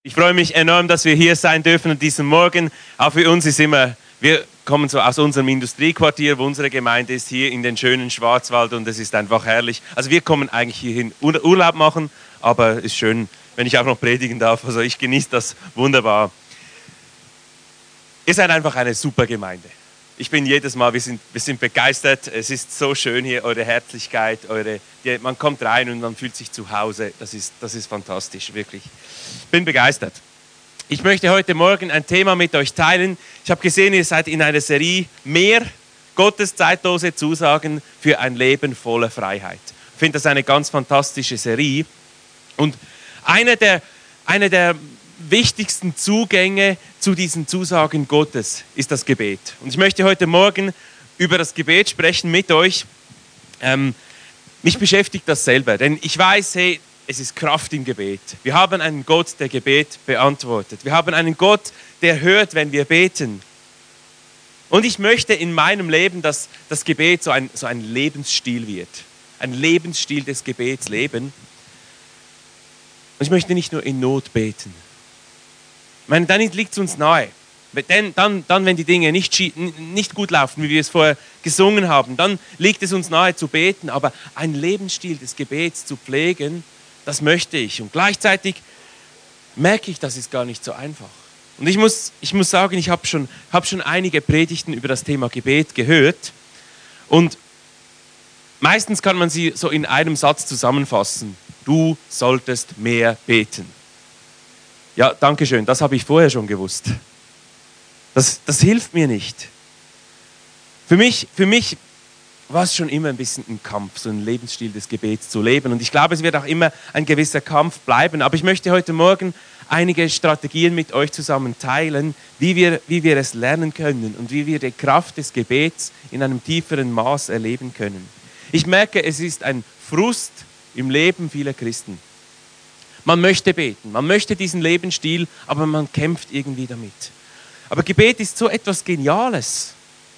Ich freue mich enorm, dass wir hier sein dürfen und diesen Morgen. Auch für uns ist immer, wir kommen so aus unserem Industriequartier, wo unsere Gemeinde ist, hier in den schönen Schwarzwald und es ist einfach herrlich. Also wir kommen eigentlich hierhin Urlaub machen, aber es ist schön, wenn ich auch noch predigen darf. Also ich genieße das wunderbar. Ihr seid einfach eine super Gemeinde. Ich bin jedes Mal, wir sind begeistert. Es ist so schön hier, eure Herzlichkeit, man kommt rein und man fühlt sich zu Hause. Das ist fantastisch, wirklich. Ich bin begeistert. Ich möchte heute Morgen ein Thema mit euch teilen. Ich habe gesehen, ihr seid in einer Serie mehr Gottes zeitlose Zusagen für ein Leben voller Freiheit. Ich finde das eine ganz fantastische Serie. Und eine der wichtigsten Zugänge zu diesen Zusagen Gottes ist das Gebet. Und ich möchte heute Morgen über das Gebet sprechen mit euch. Mich beschäftigt das selber, denn ich weiß, hey, es ist Kraft im Gebet. Wir haben einen Gott, der Gebet beantwortet. Wir haben einen Gott, der hört, wenn wir beten. Und ich möchte in meinem Leben, dass das Gebet so ein Lebensstil wird. Ein Lebensstil des Gebets leben. Und ich möchte nicht nur in Not beten. Ich meine, dann liegt es uns nahe. Dann, wenn die Dinge nicht gut laufen, wie wir es vorher gesungen haben, dann liegt es uns nahe zu beten. Aber einen Lebensstil des Gebets zu pflegen, das möchte ich. Und gleichzeitig merke ich, das ist gar nicht so einfach. Und ich muss sagen, ich habe schon einige Predigten über das Thema Gebet gehört. Und meistens kann man sie so in einem Satz zusammenfassen. Du solltest mehr beten. Ja, danke schön, das habe ich vorher schon gewusst. Das hilft mir nicht. Für mich war es schon immer ein bisschen ein Kampf, so einen Lebensstil des Gebets zu leben. Und ich glaube, es wird auch immer ein gewisser Kampf bleiben. Aber ich möchte heute Morgen einige Strategien mit euch zusammen teilen, wie wir es lernen können und wie wir die Kraft des Gebets in einem tieferen Maß erleben können. Ich merke, es ist ein Frust im Leben vieler Christen. Man möchte beten, man möchte diesen Lebensstil, aber man kämpft irgendwie damit. Aber Gebet ist so etwas Geniales.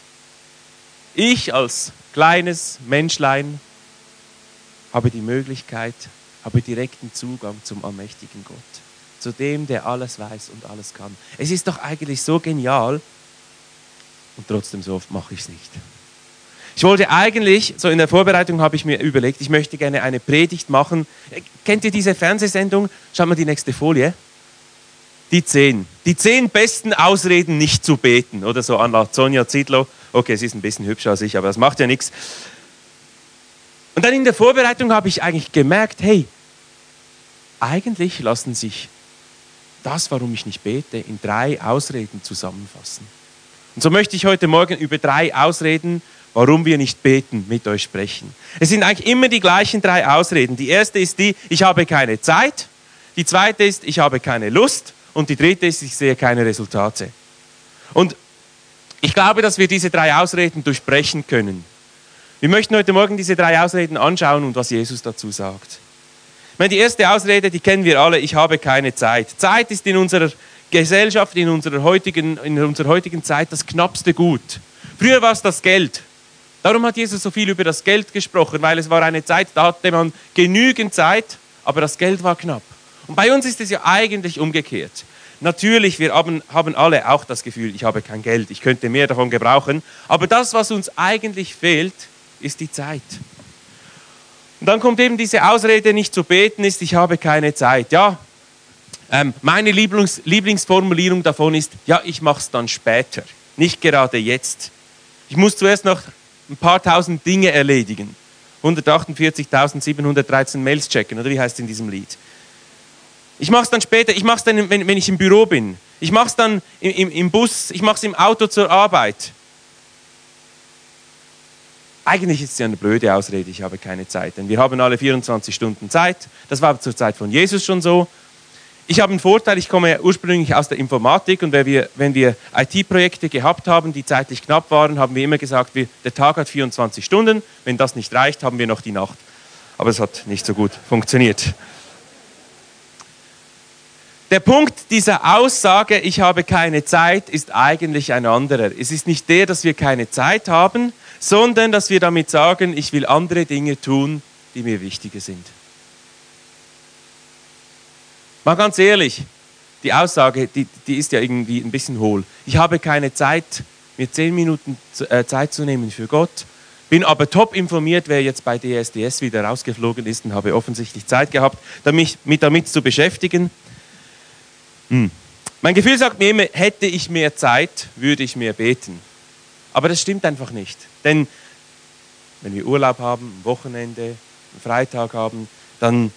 Ich als kleines Menschlein habe die Möglichkeit, habe direkten Zugang zum allmächtigen Gott. Zu dem, der alles weiß und alles kann. Es ist doch eigentlich so genial und trotzdem so oft mache ich es nicht. Ich wollte eigentlich, so in der Vorbereitung habe ich mir überlegt, ich möchte gerne eine Predigt machen. Kennt ihr diese Fernsehsendung? Schaut mal die nächste Folie. Die 10 besten Ausreden, nicht zu beten. Oder so an la Sonja Zietlow. Okay, sie ist ein bisschen hübscher als ich, aber das macht ja nichts. Und dann in der Vorbereitung habe ich eigentlich gemerkt, hey, eigentlich lassen sich das, warum ich nicht bete, in 3 Ausreden zusammenfassen. Und so möchte ich heute Morgen über 3 Ausreden, warum wir nicht beten, mit euch sprechen. Es sind eigentlich immer die gleichen 3 Ausreden. Die erste ist die, ich habe keine Zeit. Die zweite ist, ich habe keine Lust. Und die dritte ist, ich sehe keine Resultate. Und ich glaube, dass wir diese 3 Ausreden durchbrechen können. Wir möchten heute Morgen diese 3 Ausreden anschauen und was Jesus dazu sagt. Ich meine, die erste Ausrede, die kennen wir alle, ich habe keine Zeit. Zeit ist in unserer Gesellschaft, in unserer heutigen Zeit das knappste Gut. Früher war es das Geld. Darum hat Jesus so viel über das Geld gesprochen, weil es war eine Zeit, da hatte man genügend Zeit, aber das Geld war knapp. Und bei uns ist es ja eigentlich umgekehrt. Natürlich, wir haben alle auch das Gefühl, ich habe kein Geld, ich könnte mehr davon gebrauchen. Aber das, was uns eigentlich fehlt, ist die Zeit. Und dann kommt eben diese Ausrede, nicht zu beten, ist, ich habe keine Zeit. Ja, meine Lieblingsformulierung davon ist, ja, ich mache es dann später, nicht gerade jetzt. Ich muss zuerst noch ein paar tausend Dinge erledigen. 148.713 Mails checken, oder wie heißt es in diesem Lied? Ich mache es dann später, ich mache es dann, wenn ich im Büro bin. Ich mache es dann im Bus, ich mache es im Auto zur Arbeit. Eigentlich ist es ja eine blöde Ausrede, ich habe keine Zeit. Denn wir haben alle 24 Stunden Zeit. Das war zur Zeit von Jesus schon so. Ich habe einen Vorteil, ich komme ursprünglich aus der Informatik und wenn wir IT-Projekte gehabt haben, die zeitlich knapp waren, haben wir immer gesagt, der Tag hat 24 Stunden. Wenn das nicht reicht, haben wir noch die Nacht. Aber es hat nicht so gut funktioniert. Der Punkt dieser Aussage, ich habe keine Zeit, ist eigentlich ein anderer. Es ist nicht der, dass wir keine Zeit haben, sondern dass wir damit sagen, ich will andere Dinge tun, die mir wichtiger sind. Mal ganz ehrlich, die Aussage, die ist ja irgendwie ein bisschen hohl. Ich habe keine Zeit, mir 10 Minuten Zeit zu nehmen für Gott, bin aber top informiert, wer jetzt bei DSDS wieder rausgeflogen ist und habe offensichtlich Zeit gehabt, mich damit zu beschäftigen. Mein Gefühl sagt mir immer, hätte ich mehr Zeit, würde ich mehr beten. Aber das stimmt einfach nicht. Denn wenn wir Urlaub haben, ein Wochenende, einen Freitag haben, dann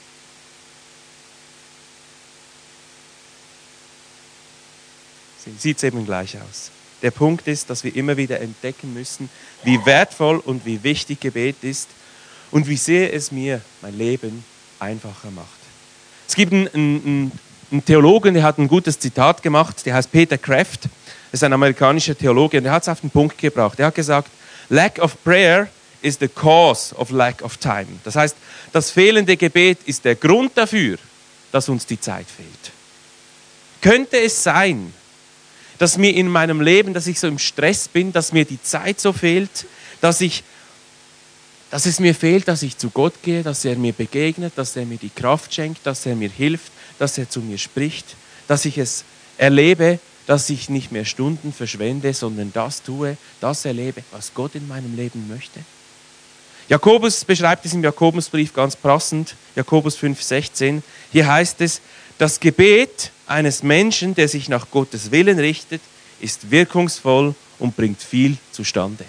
sieht es eben gleich aus. Der Punkt ist, dass wir immer wieder entdecken müssen, wie wertvoll und wie wichtig Gebet ist und wie sehr es mir mein Leben einfacher macht. Es gibt einen Theologen, der hat ein gutes Zitat gemacht, der heißt Peter Kraft, das ist ein amerikanischer Theologe, und der hat es auf den Punkt gebracht. Er hat gesagt, lack of prayer is the cause of lack of time. Das heißt, das fehlende Gebet ist der Grund dafür, dass uns die Zeit fehlt. Könnte es sein, dass mir in meinem Leben, dass ich so im Stress bin, dass mir die Zeit so fehlt, dass es mir fehlt, dass ich zu Gott gehe, dass er mir begegnet, dass er mir die Kraft schenkt, dass er mir hilft, dass er zu mir spricht, dass ich es erlebe, dass ich nicht mehr Stunden verschwende, sondern das tue, das erlebe, was Gott in meinem Leben möchte. Jakobus beschreibt es im Jakobusbrief ganz passend, Jakobus 5,16. Hier heißt es, das Gebet eines Menschen, der sich nach Gottes Willen richtet, ist wirkungsvoll und bringt viel zustande.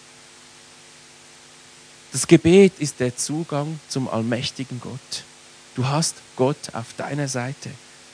Das Gebet ist der Zugang zum allmächtigen Gott. Du hast Gott auf deiner Seite.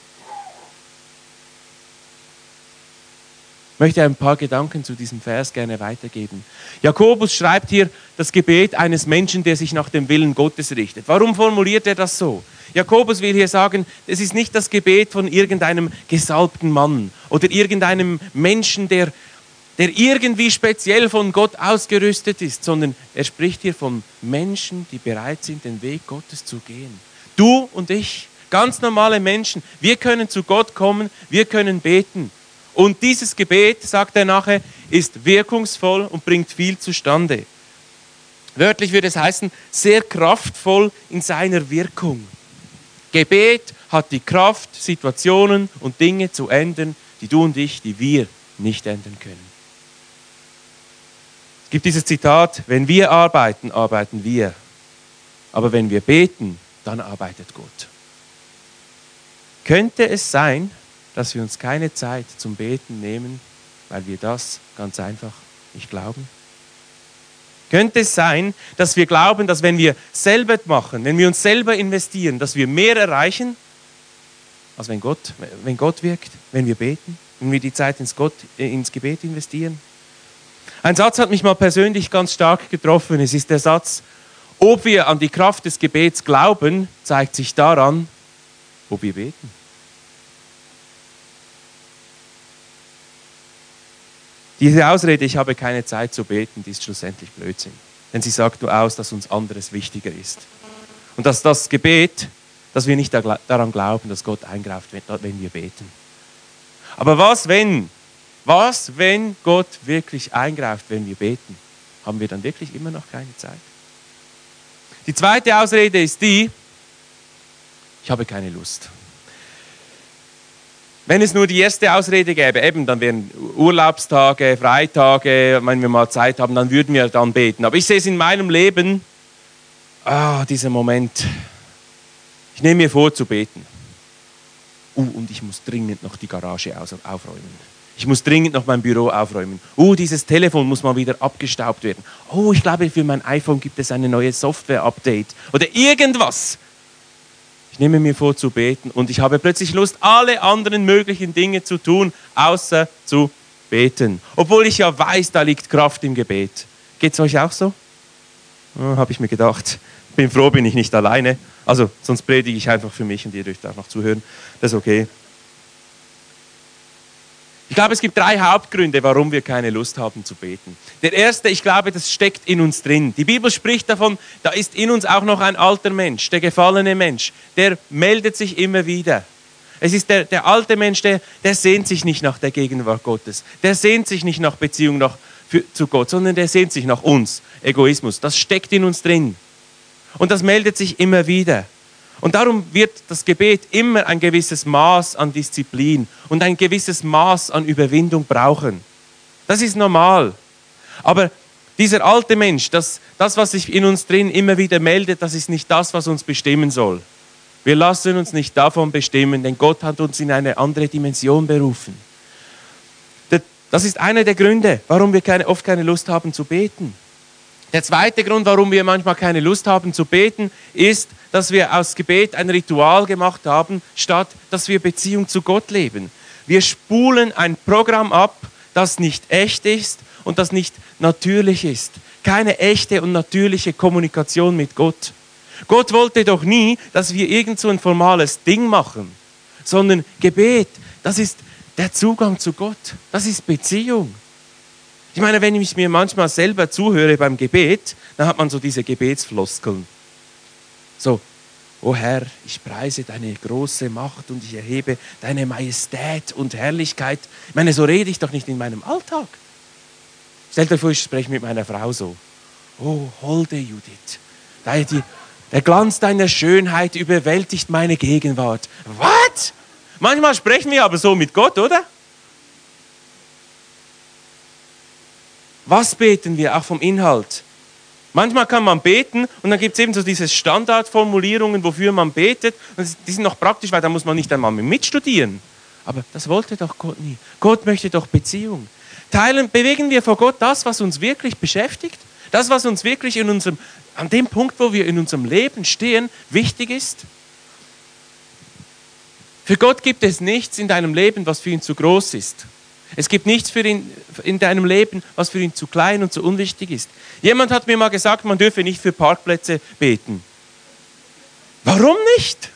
Ich möchte ein paar Gedanken zu diesem Vers gerne weitergeben. Jakobus schreibt hier das Gebet eines Menschen, der sich nach dem Willen Gottes richtet. Warum formuliert er das so? Jakobus will hier sagen, es ist nicht das Gebet von irgendeinem gesalbten Mann oder irgendeinem Menschen, der irgendwie speziell von Gott ausgerüstet ist, sondern er spricht hier von Menschen, die bereit sind, den Weg Gottes zu gehen. Du und ich, ganz normale Menschen, wir können zu Gott kommen, wir können beten. Und dieses Gebet, sagt er nachher, ist wirkungsvoll und bringt viel zustande. Wörtlich würde es heißen, sehr kraftvoll in seiner Wirkung. Gebet hat die Kraft, Situationen und Dinge zu ändern, die du und ich, die wir nicht ändern können. Es gibt dieses Zitat, wenn wir arbeiten, arbeiten wir. Aber wenn wir beten, dann arbeitet Gott. Könnte es sein, dass wir uns keine Zeit zum Beten nehmen, weil wir das ganz einfach nicht glauben? Könnte es sein, dass wir glauben, dass wenn wir selber machen, wenn wir uns selber investieren, dass wir mehr erreichen, als wenn Gott wirkt, wenn wir beten, wenn wir die Zeit ins Gebet investieren? Ein Satz hat mich mal persönlich ganz stark getroffen. Es ist der Satz, ob wir an die Kraft des Gebets glauben, zeigt sich daran, ob wir beten. Diese Ausrede, ich habe keine Zeit zu beten, die ist schlussendlich Blödsinn. Denn sie sagt nur aus, dass uns anderes wichtiger ist. Und dass das Gebet, dass wir nicht daran glauben, dass Gott eingreift, wenn wir beten. Aber was, wenn Gott wirklich eingreift, wenn wir beten? Haben wir dann wirklich immer noch keine Zeit? Die zweite Ausrede ist die, ich habe keine Lust. Wenn es nur die erste Ausrede gäbe, eben, dann wären Urlaubstage, Freitage, wenn wir mal Zeit haben, dann würden wir dann beten. Aber ich sehe es in meinem Leben, dieser Moment, ich nehme mir vor zu beten. Und ich muss dringend noch die Garage aufräumen. Ich muss dringend noch mein Büro aufräumen. Dieses Telefon muss mal wieder abgestaubt werden. Ich glaube, für mein iPhone gibt es eine neue Software-Update oder irgendwas. Ich nehme mir vor zu beten und ich habe plötzlich Lust, alle anderen möglichen Dinge zu tun, außer zu beten. Obwohl ich ja weiß, da liegt Kraft im Gebet. Geht es euch auch so? Habe ich mir gedacht. Bin froh, bin ich nicht alleine. Also sonst predige ich einfach für mich und ihr dürft auch noch zuhören. Das ist okay. Ich glaube, es gibt 3 Hauptgründe, warum wir keine Lust haben zu beten. Der erste, ich glaube, das steckt in uns drin. Die Bibel spricht davon, da ist in uns auch noch ein alter Mensch, der gefallene Mensch. Der meldet sich immer wieder. Es ist der alte Mensch, der sehnt sich nicht nach der Gegenwart Gottes. Der sehnt sich nicht nach Beziehung zu Gott, sondern der sehnt sich nach uns. Egoismus, das steckt in uns drin. Und das meldet sich immer wieder. Und darum wird das Gebet immer ein gewisses Maß an Disziplin und ein gewisses Maß an Überwindung brauchen. Das ist normal. Aber dieser alte Mensch, das, was sich in uns drin immer wieder meldet, das ist nicht das, was uns bestimmen soll. Wir lassen uns nicht davon bestimmen, denn Gott hat uns in eine andere Dimension berufen. Das ist einer der Gründe, warum wir oft keine Lust haben zu beten. Der zweite Grund, warum wir manchmal keine Lust haben zu beten, ist, dass wir aus Gebet ein Ritual gemacht haben, statt dass wir Beziehung zu Gott leben. Wir spulen ein Programm ab, das nicht echt ist und das nicht natürlich ist. Keine echte und natürliche Kommunikation mit Gott. Gott wollte doch nie, dass wir irgend so ein formales Ding machen, sondern Gebet, das ist der Zugang zu Gott. Das ist Beziehung. Ich meine, wenn ich mir manchmal selber zuhöre beim Gebet, dann hat man so diese Gebetsfloskeln. So, o Herr, ich preise deine große Macht und ich erhebe deine Majestät und Herrlichkeit. Ich meine, so rede ich doch nicht in meinem Alltag. Stellt euch vor, ich spreche mit meiner Frau so. Oh, holde Judith, der Glanz deiner Schönheit überwältigt meine Gegenwart. Was? Manchmal sprechen wir aber so mit Gott, oder? Was beten wir, auch vom Inhalt? Manchmal kann man beten und dann gibt es eben so diese Standardformulierungen, wofür man betet. Und die sind noch praktisch, weil da muss man nicht einmal mitstudieren. Aber das wollte doch Gott nie. Gott möchte doch Beziehung. Bewegen wir vor Gott das, was uns wirklich beschäftigt? Das, was uns wirklich an dem Punkt, wo wir in unserem Leben stehen, wichtig ist? Für Gott gibt es nichts in deinem Leben, was für ihn zu groß ist. Es gibt nichts für ihn in deinem Leben, was für ihn zu klein und zu unwichtig ist. Jemand hat mir mal gesagt, man dürfe nicht für Parkplätze beten. Warum nicht?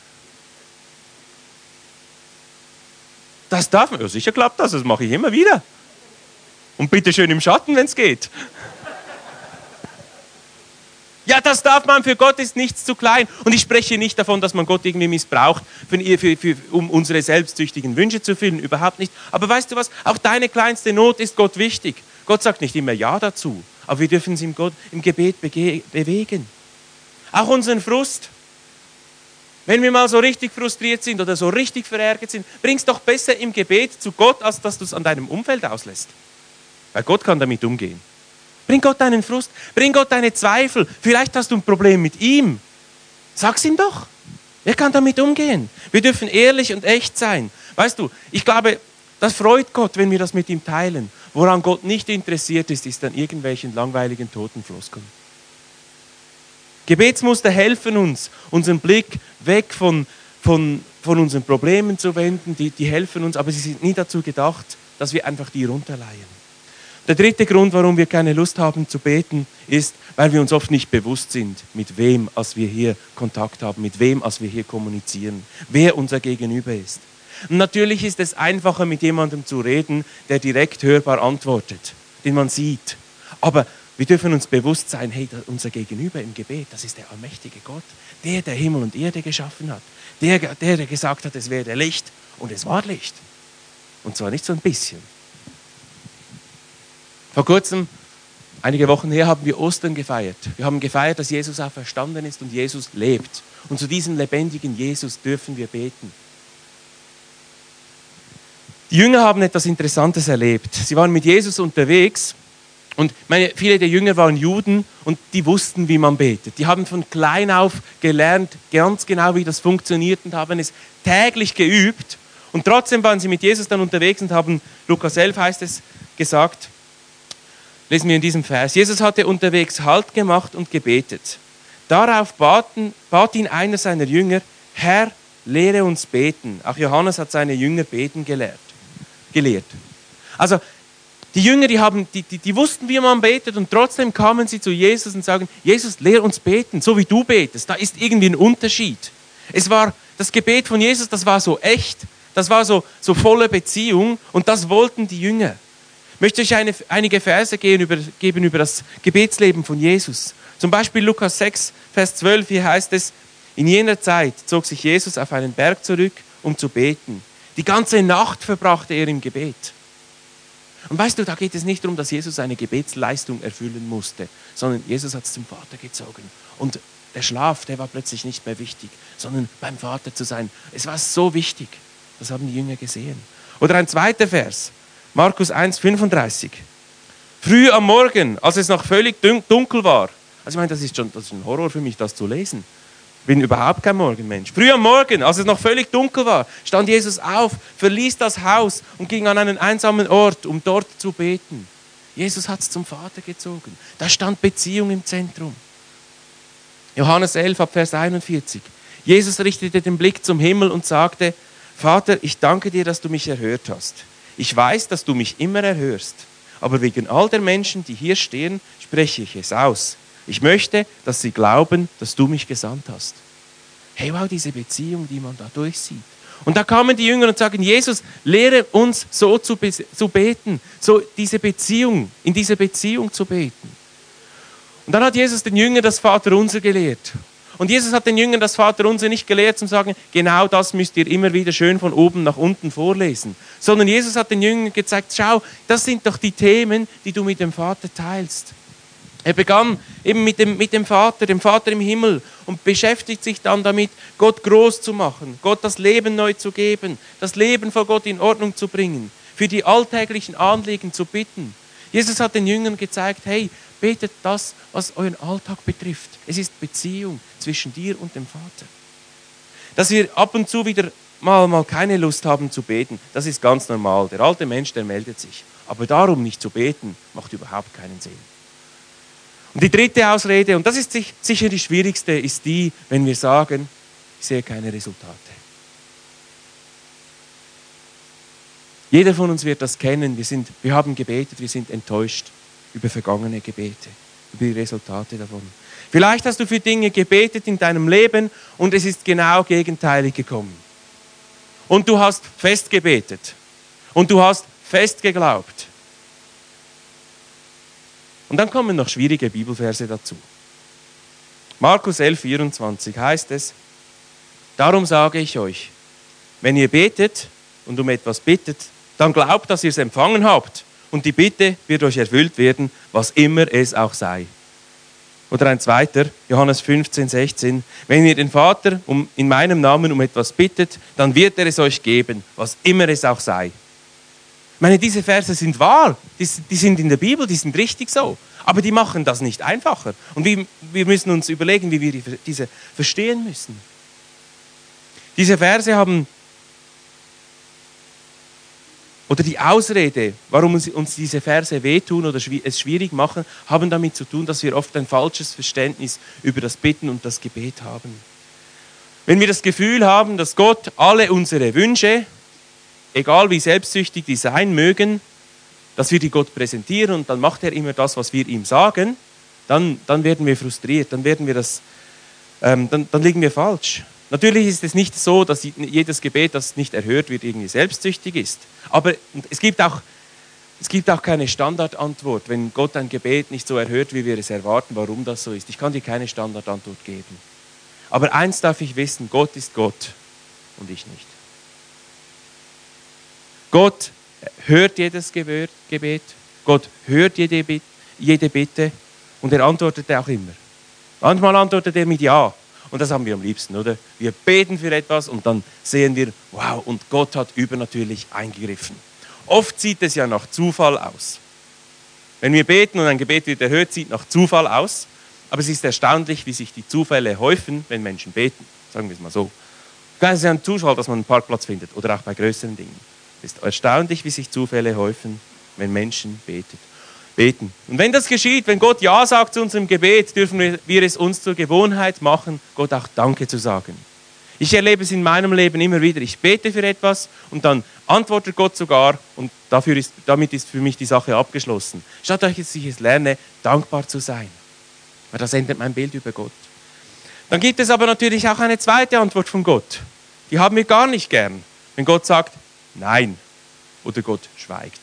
Das darf man. Ja, sicher klappt das, das mache ich immer wieder. Und bitte schön im Schatten, wenn es geht. Ja, das darf man, für Gott ist nichts zu klein. Und ich spreche nicht davon, dass man Gott irgendwie missbraucht, um unsere selbstsüchtigen Wünsche zu erfüllen, überhaupt nicht. Aber weißt du was, auch deine kleinste Not ist Gott wichtig. Gott sagt nicht immer Ja dazu, aber wir dürfen es im Gebet bewegen. Auch unseren Frust. Wenn wir mal so richtig frustriert sind oder so richtig verärgert sind, bring es doch besser im Gebet zu Gott, als dass du es an deinem Umfeld auslässt. Weil Gott kann damit umgehen. Bring Gott deinen Frust, bring Gott deine Zweifel. Vielleicht hast du ein Problem mit ihm. Sag's ihm doch. Er kann damit umgehen. Wir dürfen ehrlich und echt sein. Weißt du, ich glaube, das freut Gott, wenn wir das mit ihm teilen. Woran Gott nicht interessiert ist, ist an irgendwelchen langweiligen Totenfloskeln. Gebetsmuster helfen uns, unseren Blick weg von unseren Problemen zu wenden. Die helfen uns, aber sie sind nie dazu gedacht, dass wir einfach die runterleihen. Der dritte Grund, warum wir keine Lust haben zu beten, ist, weil wir uns oft nicht bewusst sind, mit wem als wir hier Kontakt haben, mit wem als wir hier kommunizieren, wer unser Gegenüber ist. Und natürlich ist es einfacher, mit jemandem zu reden, der direkt hörbar antwortet, den man sieht. Aber wir dürfen uns bewusst sein, hey, unser Gegenüber im Gebet, das ist der allmächtige Gott, der Himmel und Erde geschaffen hat, der gesagt hat, es werde Licht und es war Licht. Und zwar nicht so ein bisschen. Vor kurzem, einige Wochen her, haben wir Ostern gefeiert. Wir haben gefeiert, dass Jesus auferstanden ist und Jesus lebt. Und zu diesem lebendigen Jesus dürfen wir beten. Die Jünger haben etwas Interessantes erlebt. Sie waren mit Jesus unterwegs und viele der Jünger waren Juden und die wussten, wie man betet. Die haben von klein auf gelernt, ganz genau, wie das funktioniert und haben es täglich geübt. Und trotzdem waren sie mit Jesus dann unterwegs und haben, Lukas 11 heißt es, gesagt, lesen wir in diesem Vers, Jesus hatte unterwegs Halt gemacht und gebetet. Darauf bat ihn einer seiner Jünger, Herr, lehre uns beten. Auch Johannes hat seine Jünger beten gelehrt. Also die Jünger, die wussten, wie man betet und trotzdem kamen sie zu Jesus und sagen, Jesus, lehre uns beten, so wie du betest. Da ist irgendwie ein Unterschied. Es war das Gebet von Jesus, das war so echt, das war so volle Beziehung und das wollten die Jünger. Ich möchte euch einige Verse geben über das Gebetsleben von Jesus. Zum Beispiel Lukas 6, Vers 12, hier heißt es, in jener Zeit zog sich Jesus auf einen Berg zurück, um zu beten. Die ganze Nacht verbrachte er im Gebet. Und weißt du, da geht es nicht darum, dass Jesus eine Gebetsleistung erfüllen musste, sondern Jesus hat es zum Vater gezogen. Und der Schlaf, der war plötzlich nicht mehr wichtig, sondern beim Vater zu sein. Es war so wichtig. Das haben die Jünger gesehen. Oder ein zweiter Vers, Markus 1,35. Früh am Morgen, als es noch völlig dunkel war. Also ich meine, das ist ein Horror für mich, das zu lesen. Ich bin überhaupt kein Morgenmensch. Früh am Morgen, als es noch völlig dunkel war, stand Jesus auf, verließ das Haus und ging an einen einsamen Ort, um dort zu beten. Jesus hat es zum Vater gezogen. Da stand Beziehung im Zentrum. Johannes 11, ab Vers 41. Jesus richtete den Blick zum Himmel und sagte, Vater, ich danke dir, dass du mich erhört hast. Ich weiß, dass du mich immer erhörst. Aber wegen all der Menschen, die hier stehen, spreche ich es aus. Ich möchte, dass sie glauben, dass du mich gesandt hast. Hey, wow, diese Beziehung, die man da durchsieht. Und da kamen die Jünger und sagen, Jesus, lehre uns so zu beten, so in diese Beziehung zu beten. Und dann hat Jesus den Jüngern das Vaterunser gelehrt. Und Jesus hat den Jüngern das Vaterunser nicht gelehrt, um zu sagen, genau das müsst ihr immer wieder schön von oben nach unten vorlesen. Sondern Jesus hat den Jüngern gezeigt, schau, das sind doch die Themen, die du mit dem Vater teilst. Er begann eben mit dem Vater im Himmel und beschäftigt sich dann damit, Gott groß zu machen, Gott das Leben neu zu geben, das Leben vor Gott in Ordnung zu bringen, für die alltäglichen Anliegen zu bitten. Jesus hat den Jüngern gezeigt, hey, betet das, was euren Alltag betrifft. Es ist Beziehung zwischen dir und dem Vater. Dass wir ab und zu wieder mal keine Lust haben zu beten, das ist ganz normal. Der alte Mensch, der meldet sich. Aber darum nicht zu beten, macht überhaupt keinen Sinn. Und die dritte Ausrede, und das ist sicher die schwierigste, ist die, wenn wir sagen, ich sehe keine Resultate. Jeder von uns wird das kennen. Wir haben gebetet, wir sind enttäuscht über vergangene Gebete, über die Resultate davon. Vielleicht hast du für Dinge gebetet in deinem Leben und es ist genau gegenteilig gekommen. Und du hast fest gebetet und du hast fest geglaubt. Und dann kommen noch schwierige Bibelverse dazu. Markus 11, 24 heißt es, darum sage ich euch, wenn ihr betet und um etwas bittet, dann glaubt, dass ihr es empfangen habt und die Bitte wird euch erfüllt werden, was immer es auch sei. Oder ein zweiter, Johannes 15, 16, wenn ihr den Vater in meinem Namen um etwas bittet, dann wird er es euch geben, was immer es auch sei. Ich meine, diese Verse sind wahr, die sind in der Bibel, die sind richtig so. Aber die machen das nicht einfacher. Und wir müssen uns überlegen, wie wir diese verstehen müssen. Diese Verse haben, oder die Ausrede, warum uns diese Verse wehtun oder es schwierig machen, haben damit zu tun, dass wir oft ein falsches Verständnis über das Bitten und das Gebet haben. Wenn wir das Gefühl haben, dass Gott alle unsere Wünsche, egal wie selbstsüchtig die sein mögen, dass wir die Gott präsentieren und dann macht er immer das, was wir ihm sagen, dann werden wir frustriert, dann liegen wir falsch. Natürlich ist es nicht so, dass jedes Gebet, das nicht erhört wird, irgendwie selbstsüchtig ist. Aber es gibt auch keine Standardantwort, wenn Gott ein Gebet nicht so erhört, wie wir es erwarten, warum das so ist. Ich kann dir keine Standardantwort geben. Aber eins darf ich wissen, Gott ist Gott und ich nicht. Gott hört jedes Gebet, Gott hört jede Bitte und er antwortet auch immer. Manchmal antwortet er mit Ja und das haben wir am liebsten, oder? Wir beten für etwas und dann sehen wir, wow, und Gott hat übernatürlich eingegriffen. Oft sieht es ja nach Zufall aus. Wenn wir beten und ein Gebet wird erhört, sieht nach Zufall aus, aber es ist erstaunlich, wie sich die Zufälle häufen, wenn Menschen beten. Sagen wir es mal so. Es ist ja ein Zufall, dass man einen Parkplatz findet oder auch bei größeren Dingen. Es ist erstaunlich, wie sich Zufälle häufen, wenn Menschen beten. Und wenn das geschieht, wenn Gott Ja sagt zu unserem Gebet, dürfen wir es uns zur Gewohnheit machen, Gott auch Danke zu sagen. Ich erlebe es in meinem Leben immer wieder. Ich bete für etwas und dann antwortet Gott sogar und damit ist für mich die Sache abgeschlossen. Statt dass ich es lerne, dankbar zu sein. Weil das ändert mein Bild über Gott. Dann gibt es aber natürlich auch eine zweite Antwort von Gott. Die haben wir gar nicht gern. Wenn Gott sagt, nein, oder Gott schweigt.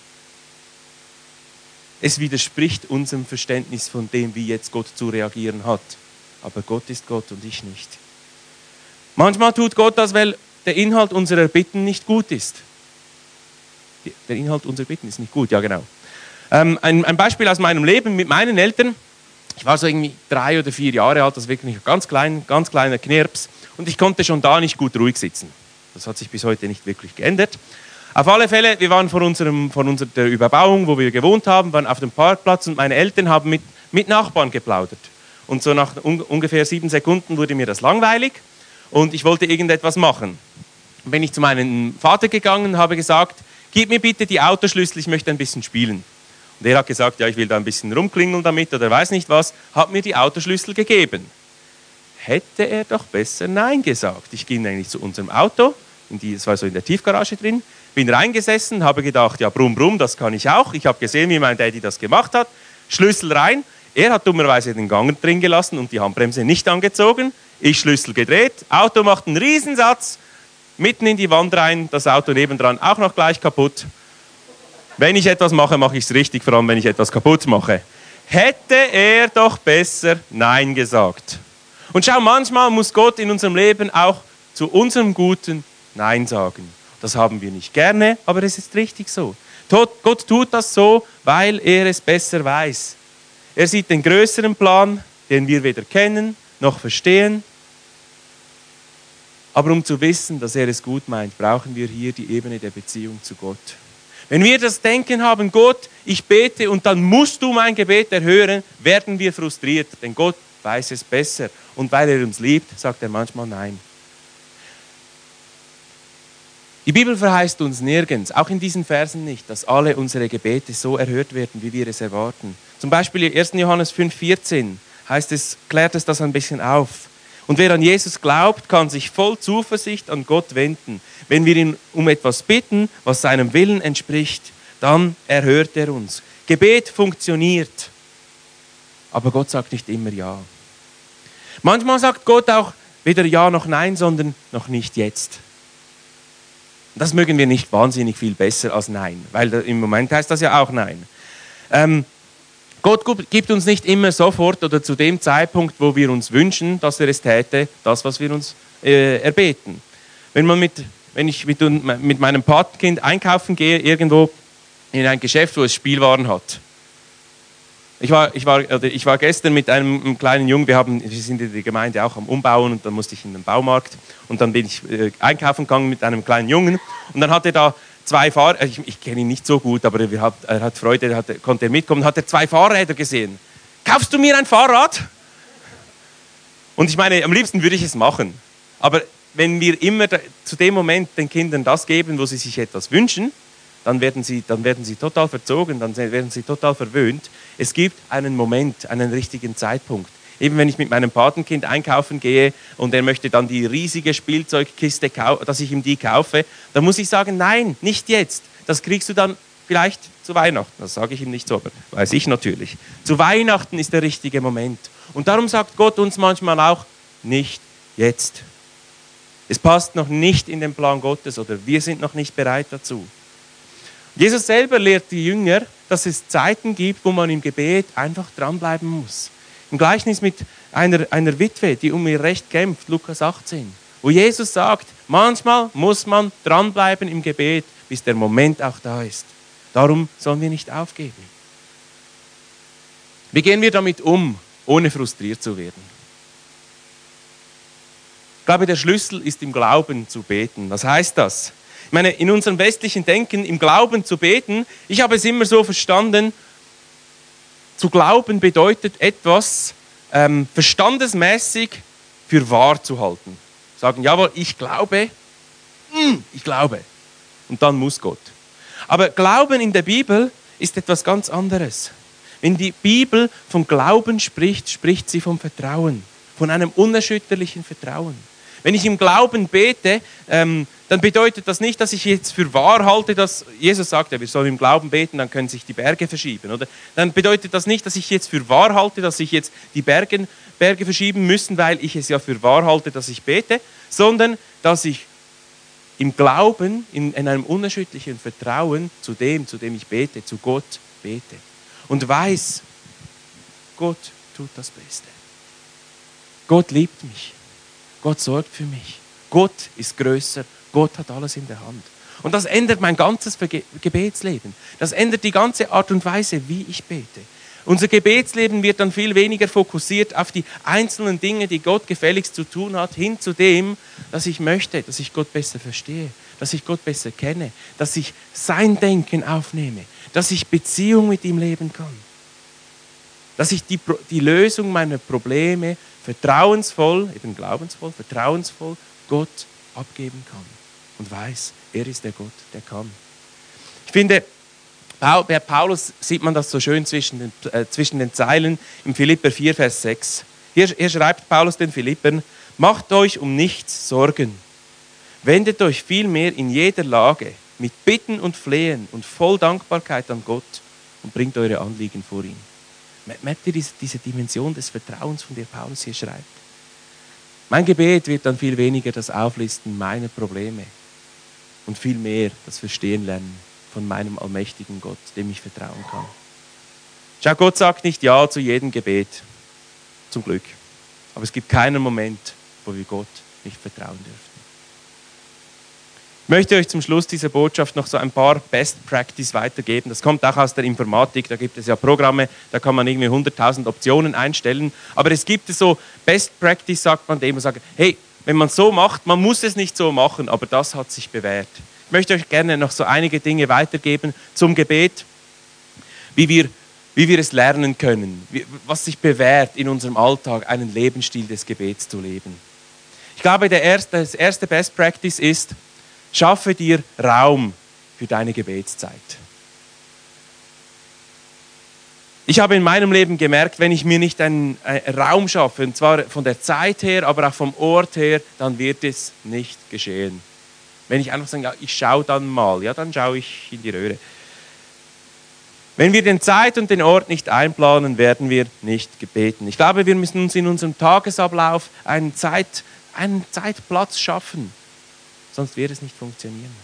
Es widerspricht unserem Verständnis von dem, wie jetzt Gott zu reagieren hat. Aber Gott ist Gott und ich nicht. Manchmal tut Gott das, weil der Inhalt unserer Bitten nicht gut ist. Der Inhalt unserer Bitten ist nicht gut, ja genau. Ein Beispiel aus meinem Leben mit meinen Eltern. Ich war so irgendwie 3 oder 4 Jahre alt, das war wirklich ein ganz kleiner Knirps. Und ich konnte schon da nicht gut ruhig sitzen. Das hat sich bis heute nicht wirklich geändert. Auf alle Fälle, wir waren vor unserer Überbauung, wo wir gewohnt haben, waren auf dem Parkplatz und meine Eltern haben mit Nachbarn geplaudert. Und so nach ungefähr 7 Sekunden wurde mir das langweilig und ich wollte irgendetwas machen. Dann bin ich zu meinem Vater gegangen und habe gesagt, gib mir bitte die Autoschlüssel, ich möchte ein bisschen spielen. Und er hat gesagt, ja, ich will da ein bisschen rumklingeln damit oder weiß nicht was, hat mir die Autoschlüssel gegeben. Hätte er doch besser Nein gesagt. Ich ging eigentlich zu unserem Auto, es war so in der Tiefgarage drin, bin reingesessen, habe gedacht, ja, brumm, brumm, das kann ich auch. Ich habe gesehen, wie mein Daddy das gemacht hat. Schlüssel rein. Er hat dummerweise den Gang drin gelassen und die Handbremse nicht angezogen. Ich Schlüssel gedreht, Auto macht einen Riesensatz, mitten in die Wand rein, das Auto nebendran auch noch gleich kaputt. Wenn ich etwas mache, mache ich es richtig, vor allem wenn ich etwas kaputt mache. Hätte er doch besser Nein gesagt. Und schau, manchmal muss Gott in unserem Leben auch zu unserem Guten Nein sagen. Das haben wir nicht gerne, aber es ist richtig so. Gott tut das so, weil er es besser weiß. Er sieht den größeren Plan, den wir weder kennen noch verstehen. Aber um zu wissen, dass er es gut meint, brauchen wir hier die Ebene der Beziehung zu Gott. Wenn wir das Denken haben, Gott, ich bete und dann musst du mein Gebet erhören, werden wir frustriert, denn Gott weiß es besser. Und weil er uns liebt, sagt er manchmal Nein. Die Bibel verheißt uns nirgends, auch in diesen Versen nicht, dass alle unsere Gebete so erhört werden, wie wir es erwarten. Zum Beispiel in 1. Johannes 5,14 klärt es das ein bisschen auf. Und wer an Jesus glaubt, kann sich voll Zuversicht an Gott wenden. Wenn wir ihn um etwas bitten, was seinem Willen entspricht, dann erhört er uns. Gebet funktioniert, aber Gott sagt nicht immer Ja. Manchmal sagt Gott auch weder Ja noch Nein, sondern noch nicht jetzt. Das mögen wir nicht wahnsinnig viel besser als Nein, weil im Moment heißt das ja auch Nein. Gott gibt uns nicht immer sofort oder zu dem Zeitpunkt, wo wir uns wünschen, dass er es täte, das, was wir uns erbeten. Wenn ich mit meinem Patenkind einkaufen gehe, irgendwo in ein Geschäft, wo es Spielwaren hat. Ich war gestern mit einem kleinen Jungen, wir sind in der Gemeinde auch am Umbauen und dann musste ich in den Baumarkt und dann bin ich einkaufen gegangen mit einem kleinen Jungen und dann hatte er da 2 Fahrräder, ich kenne ihn nicht so gut, aber er hat Freude, konnte er mitkommen, hat er 2 Fahrräder gesehen. Kaufst du mir ein Fahrrad? Und ich meine, am liebsten würde ich es machen, aber wenn wir immer zu dem Moment den Kindern das geben, wo sie sich etwas wünschen, dann werden sie total verzogen, dann werden sie total verwöhnt. Es gibt einen Moment, einen richtigen Zeitpunkt. Eben wenn ich mit meinem Patenkind einkaufen gehe und er möchte dann die riesige Spielzeugkiste, dass ich ihm die kaufe, dann muss ich sagen, nein, nicht jetzt. Das kriegst du dann vielleicht zu Weihnachten. Das sage ich ihm nicht so, aber weiß ich natürlich. Zu Weihnachten ist der richtige Moment. Und darum sagt Gott uns manchmal auch, nicht jetzt. Es passt noch nicht in den Plan Gottes oder wir sind noch nicht bereit dazu. Jesus selber lehrt die Jünger, dass es Zeiten gibt, wo man im Gebet einfach dranbleiben muss. Im Gleichnis mit einer Witwe, die um ihr Recht kämpft, Lukas 18, wo Jesus sagt, manchmal muss man dranbleiben im Gebet, bis der Moment auch da ist. Darum sollen wir nicht aufgeben. Wie gehen wir damit um, ohne frustriert zu werden? Ich glaube, der Schlüssel ist im Glauben zu beten. Was heißt das? Ich meine, in unserem westlichen Denken, im Glauben zu beten, ich habe es immer so verstanden, zu glauben bedeutet etwas verstandesmäßig für wahr zu halten. Sagen, jawohl, ich glaube. Und dann muss Gott. Aber Glauben in der Bibel ist etwas ganz anderes. Wenn die Bibel vom Glauben spricht, spricht sie vom Vertrauen, von einem unerschütterlichen Vertrauen. Wenn ich im Glauben bete, dann bedeutet das nicht, dass ich jetzt für wahr halte, dass Jesus sagt, ja, wir sollen im Glauben beten, dann können sich die Berge verschieben. Oder? Dann bedeutet das nicht, dass ich jetzt für wahr halte, dass sich jetzt die Berge verschieben müssen, weil ich es ja für wahr halte, dass ich bete, sondern dass ich im Glauben, in einem unerschütterlichen Vertrauen zu dem ich bete, zu Gott bete. Und weiß, Gott tut das Beste. Gott liebt mich. Gott sorgt für mich. Gott ist größer. Gott hat alles in der Hand. Und das ändert mein ganzes Gebetsleben. Das ändert die ganze Art und Weise, wie ich bete. Unser Gebetsleben wird dann viel weniger fokussiert auf die einzelnen Dinge, die Gott gefälligst zu tun hat, hin zu dem, dass ich möchte, dass ich Gott besser verstehe, dass ich Gott besser kenne, dass ich sein Denken aufnehme, dass ich Beziehung mit ihm leben kann, dass ich die Lösung meiner Probleme vertrauensvoll, eben glaubensvoll, vertrauensvoll Gott abgeben kann und weiß, er ist der Gott, der kann. Ich finde, bei Paulus sieht man das so schön zwischen den Zeilen im Philipper 4, Vers 6. Hier schreibt Paulus den Philippern: Macht euch um nichts Sorgen, wendet euch vielmehr in jeder Lage mit Bitten und Flehen und voll Dankbarkeit an Gott und bringt eure Anliegen vor ihn. Merkt ihr diese Dimension des Vertrauens, von der Paulus hier schreibt? Mein Gebet wird dann viel weniger das Auflisten meiner Probleme und viel mehr das Verstehen lernen von meinem allmächtigen Gott, dem ich vertrauen kann. Schau, Gott sagt nicht Ja zu jedem Gebet, zum Glück. Aber es gibt keinen Moment, wo wir Gott nicht vertrauen dürfen. Ich möchte euch zum Schluss dieser Botschaft noch so ein paar Best Practice weitergeben. Das kommt auch aus der Informatik, da gibt es ja Programme, da kann man irgendwie 100.000 Optionen einstellen. Aber es gibt so Best Practice, sagt man dem, und sagt, hey, wenn man es so macht, man muss es nicht so machen, aber das hat sich bewährt. Ich möchte euch gerne noch so einige Dinge weitergeben zum Gebet, wie wir es lernen können, was sich bewährt in unserem Alltag, einen Lebensstil des Gebets zu leben. Ich glaube, das erste Best Practice ist, schaffe dir Raum für deine Gebetszeit. Ich habe in meinem Leben gemerkt, wenn ich mir nicht einen Raum schaffe, und zwar von der Zeit her, aber auch vom Ort her, dann wird es nicht geschehen. Wenn ich einfach sage, ja, ich schaue dann mal, ja, dann schaue ich in die Röhre. Wenn wir den Zeit und den Ort nicht einplanen, werden wir nicht gebeten. Ich glaube, wir müssen uns in unserem Tagesablauf einen Zeitplatz schaffen, sonst wird es nicht funktionieren.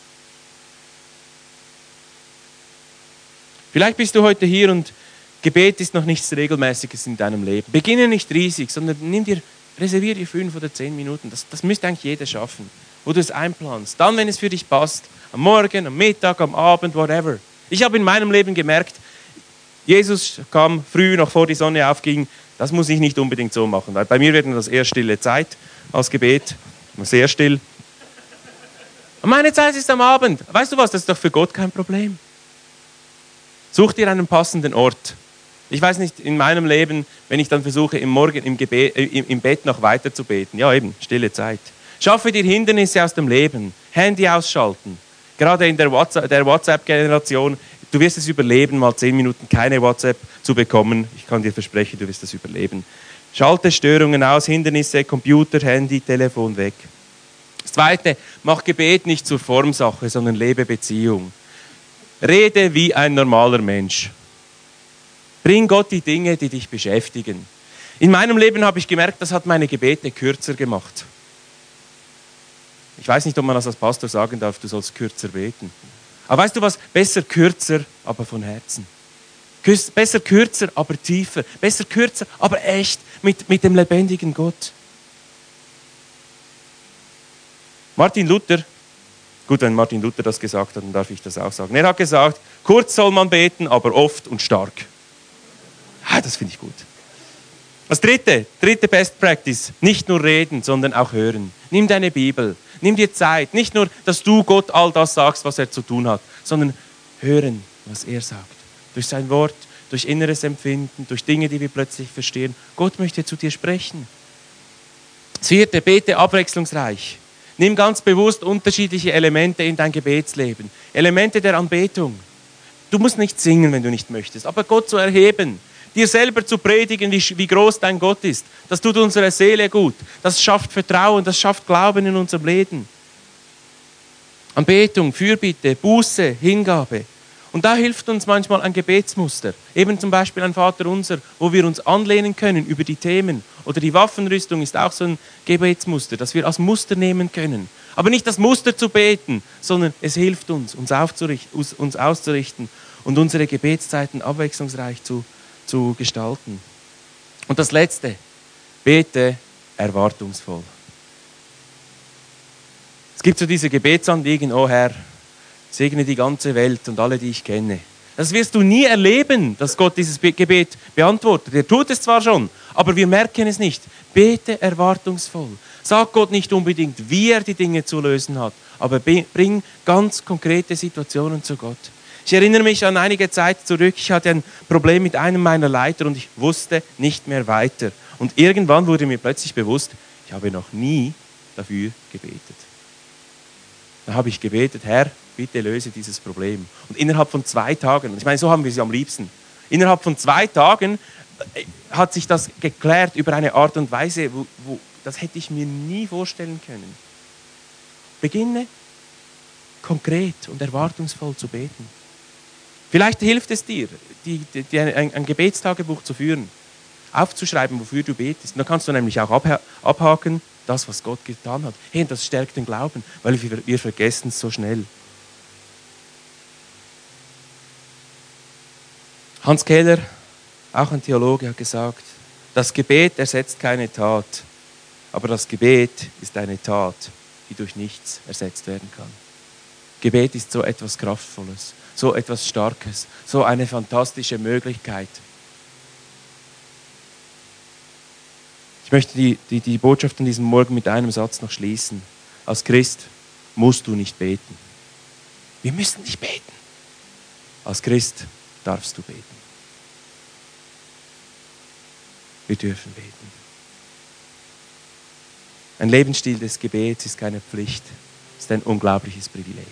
Vielleicht bist du heute hier und Gebet ist noch nichts Regelmäßiges in deinem Leben. Beginne nicht riesig, sondern reserviere dir 5 oder 10 Minuten. Das müsste eigentlich jeder schaffen, wo du es einplanst. Dann, wenn es für dich passt, am Morgen, am Mittag, am Abend, whatever. Ich habe in meinem Leben gemerkt, Jesus kam früh, noch vor die Sonne aufging. Das muss ich nicht unbedingt so machen, weil bei mir wird das eher stille Zeit als Gebet. Sehr still. Und meine Zeit ist am Abend. Weißt du was, das ist doch für Gott kein Problem. Such dir einen passenden Ort. Ich weiß nicht, in meinem Leben, wenn ich dann versuche, im Bett noch weiter zu beten. Ja, eben, stille Zeit. Schaffe dir Hindernisse aus dem Leben. Handy ausschalten. Gerade in der WhatsApp-Generation, du wirst es überleben, mal 10 Minuten keine WhatsApp zu bekommen. Ich kann dir versprechen, du wirst das überleben. Schalte Störungen aus, Hindernisse, Computer, Handy, Telefon weg. Das Zweite, mach Gebet nicht zur Formsache, sondern lebe Beziehung. Rede wie ein normaler Mensch. Bring Gott die Dinge, die dich beschäftigen. In meinem Leben habe ich gemerkt, das hat meine Gebete kürzer gemacht. Ich weiß nicht, ob man das als Pastor sagen darf, du sollst kürzer beten. Aber weißt du was? Besser kürzer, aber von Herzen. Besser kürzer, aber tiefer. Besser kürzer, aber echt mit dem lebendigen Gott. Martin Luther, gut, wenn Martin Luther das gesagt hat, dann darf ich das auch sagen. Er hat gesagt, kurz soll man beten, aber oft und stark. Das finde ich gut. Das dritte Best Practice, nicht nur reden, sondern auch hören. Nimm deine Bibel, nimm dir Zeit. Nicht nur, dass du Gott all das sagst, was er zu tun hat, sondern hören, was er sagt. Durch sein Wort, durch inneres Empfinden, durch Dinge, die wir plötzlich verstehen. Gott möchte zu dir sprechen. Das vierte, bete abwechslungsreich. Nimm ganz bewusst unterschiedliche Elemente in dein Gebetsleben. Elemente der Anbetung. Du musst nicht singen, wenn du nicht möchtest, aber Gott zu erheben. Dir selber zu predigen, wie groß dein Gott ist. Das tut unserer Seele gut. Das schafft Vertrauen, das schafft Glauben in unserem Leben. Anbetung, Fürbitte, Buße, Hingabe. Und da hilft uns manchmal ein Gebetsmuster. Eben zum Beispiel ein Vaterunser, wo wir uns anlehnen können über die Themen. Oder die Waffenrüstung ist auch so ein Gebetsmuster, das wir als Muster nehmen können. Aber nicht das Muster zu beten, sondern es hilft uns auszurichten und unsere Gebetszeiten abwechslungsreich zu gestalten. Und das Letzte, bete erwartungsvoll. Es gibt so diese Gebetsanliegen, oh Herr, segne die ganze Welt und alle, die ich kenne. Das wirst du nie erleben, dass Gott dieses Gebet beantwortet. Er tut es zwar schon, aber wir merken es nicht. Bete erwartungsvoll. Sag Gott nicht unbedingt, wie er die Dinge zu lösen hat, aber bring ganz konkrete Situationen zu Gott. Ich erinnere mich an einige Zeit zurück, ich hatte ein Problem mit einem meiner Leiter und ich wusste nicht mehr weiter. Und irgendwann wurde mir plötzlich bewusst, ich habe noch nie dafür gebetet. Da habe ich gebetet, Herr, bitte löse dieses Problem. Und innerhalb von 2 Tagen, und ich meine, so haben wir sie am liebsten, innerhalb von 2 Tagen hat sich das geklärt über eine Art und Weise, das hätte ich mir nie vorstellen können. Beginne konkret und erwartungsvoll zu beten. Vielleicht hilft es dir, ein Gebetstagebuch zu führen, aufzuschreiben, wofür du betest. Und dann kannst du nämlich auch abhaken, das, was Gott getan hat. Hey, das stärkt den Glauben, weil wir vergessen es so schnell. Hans Keller, auch ein Theologe, hat gesagt, das Gebet ersetzt keine Tat, aber das Gebet ist eine Tat, die durch nichts ersetzt werden kann. Gebet ist so etwas Kraftvolles, so etwas Starkes, so eine fantastische Möglichkeit. Ich möchte die Botschaft an diesem Morgen mit einem Satz noch schließen. Als Christ musst du nicht beten. Wir müssen nicht beten. Als Christ darfst du beten. Wir dürfen beten. Ein Lebensstil des Gebets ist keine Pflicht, es ist ein unglaubliches Privileg.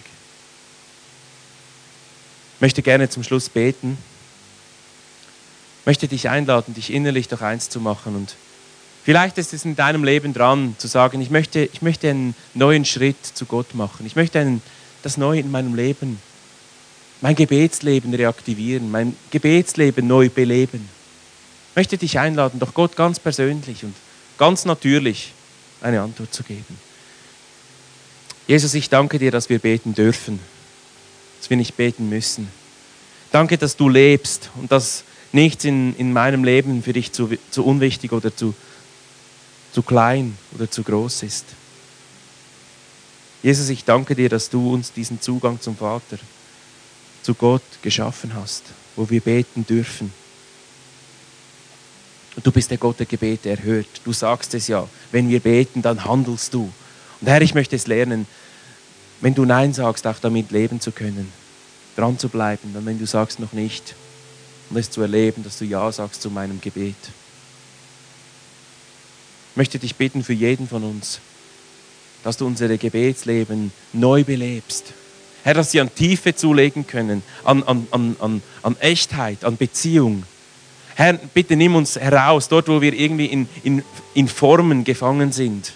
Ich möchte gerne zum Schluss beten. Ich möchte dich einladen, dich innerlich doch eins zu machen. Und vielleicht ist es in deinem Leben dran, zu sagen, ich möchte einen neuen Schritt zu Gott machen. Ich möchte das Neue in meinem Leben, mein Gebetsleben reaktivieren, mein Gebetsleben neu beleben. Ich möchte dich einladen, doch Gott ganz persönlich und ganz natürlich eine Antwort zu geben. Jesus, ich danke dir, dass wir beten dürfen, dass wir nicht beten müssen. Danke, dass du lebst und dass nichts in meinem Leben für dich zu unwichtig oder zu klein oder zu groß ist. Jesus, ich danke dir, dass du uns diesen Zugang zum Vater, zu Gott geschaffen hast, wo wir beten dürfen. Und du bist der Gott, der Gebete erhört. Du sagst es ja, wenn wir beten, dann handelst du. Und Herr, ich möchte es lernen, wenn du Nein sagst, auch damit leben zu können, dran zu bleiben, und wenn du sagst noch nicht, und es zu erleben, dass du Ja sagst zu meinem Gebet. Ich möchte dich bitten für jeden von uns, dass du unser Gebetsleben neu belebst. Herr, dass sie an Tiefe zulegen können, an Echtheit, an Beziehung. Herr, bitte nimm uns heraus, dort wo wir irgendwie in Formen gefangen sind,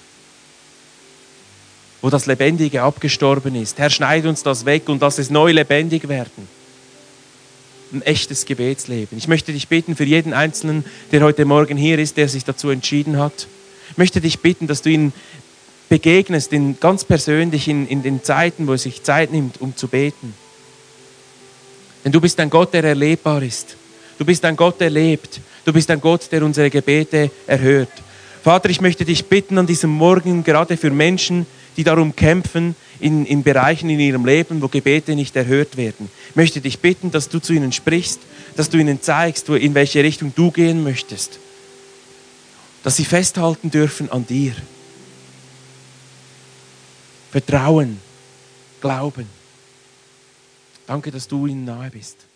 wo das Lebendige abgestorben ist. Herr, schneid uns das weg und lass es neu lebendig werden. Ein echtes Gebetsleben. Ich möchte dich bitten für jeden Einzelnen, der heute Morgen hier ist, der sich dazu entschieden hat. Ich möchte dich bitten, dass du ihn begegnest, ganz persönlich in den Zeiten, wo er sich Zeit nimmt, um zu beten. Denn du bist ein Gott, der erlebbar ist. Du bist ein Gott, der lebt. Du bist ein Gott, der unsere Gebete erhört. Vater, ich möchte dich bitten an diesem Morgen, gerade für Menschen, die darum kämpfen, in Bereichen in ihrem Leben, wo Gebete nicht erhört werden. Ich möchte dich bitten, dass du zu ihnen sprichst, dass du ihnen zeigst, in welche Richtung du gehen möchtest. Dass sie festhalten dürfen an dir. Vertrauen, Glauben. Danke, dass du ihnen nahe bist.